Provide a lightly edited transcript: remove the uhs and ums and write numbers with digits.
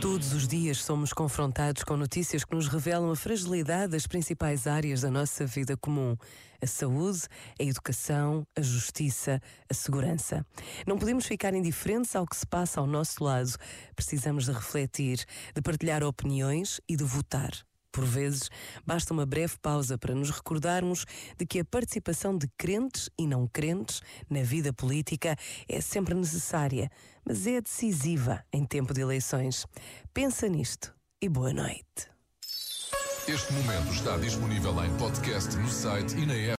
Todos os dias somos confrontados com notícias que nos revelam a fragilidade das principais áreas da nossa vida comum: a saúde, a educação, a justiça, a segurança. Não podemos ficar indiferentes ao que se passa ao nosso lado. Precisamos de refletir, de partilhar opiniões e de votar. Por vezes, basta uma breve pausa para nos recordarmos de que a participação de crentes e não crentes na vida política é sempre necessária, mas é decisiva em tempo de eleições. Pensa nisto e boa noite. Este momento está disponível em podcast no site e na app.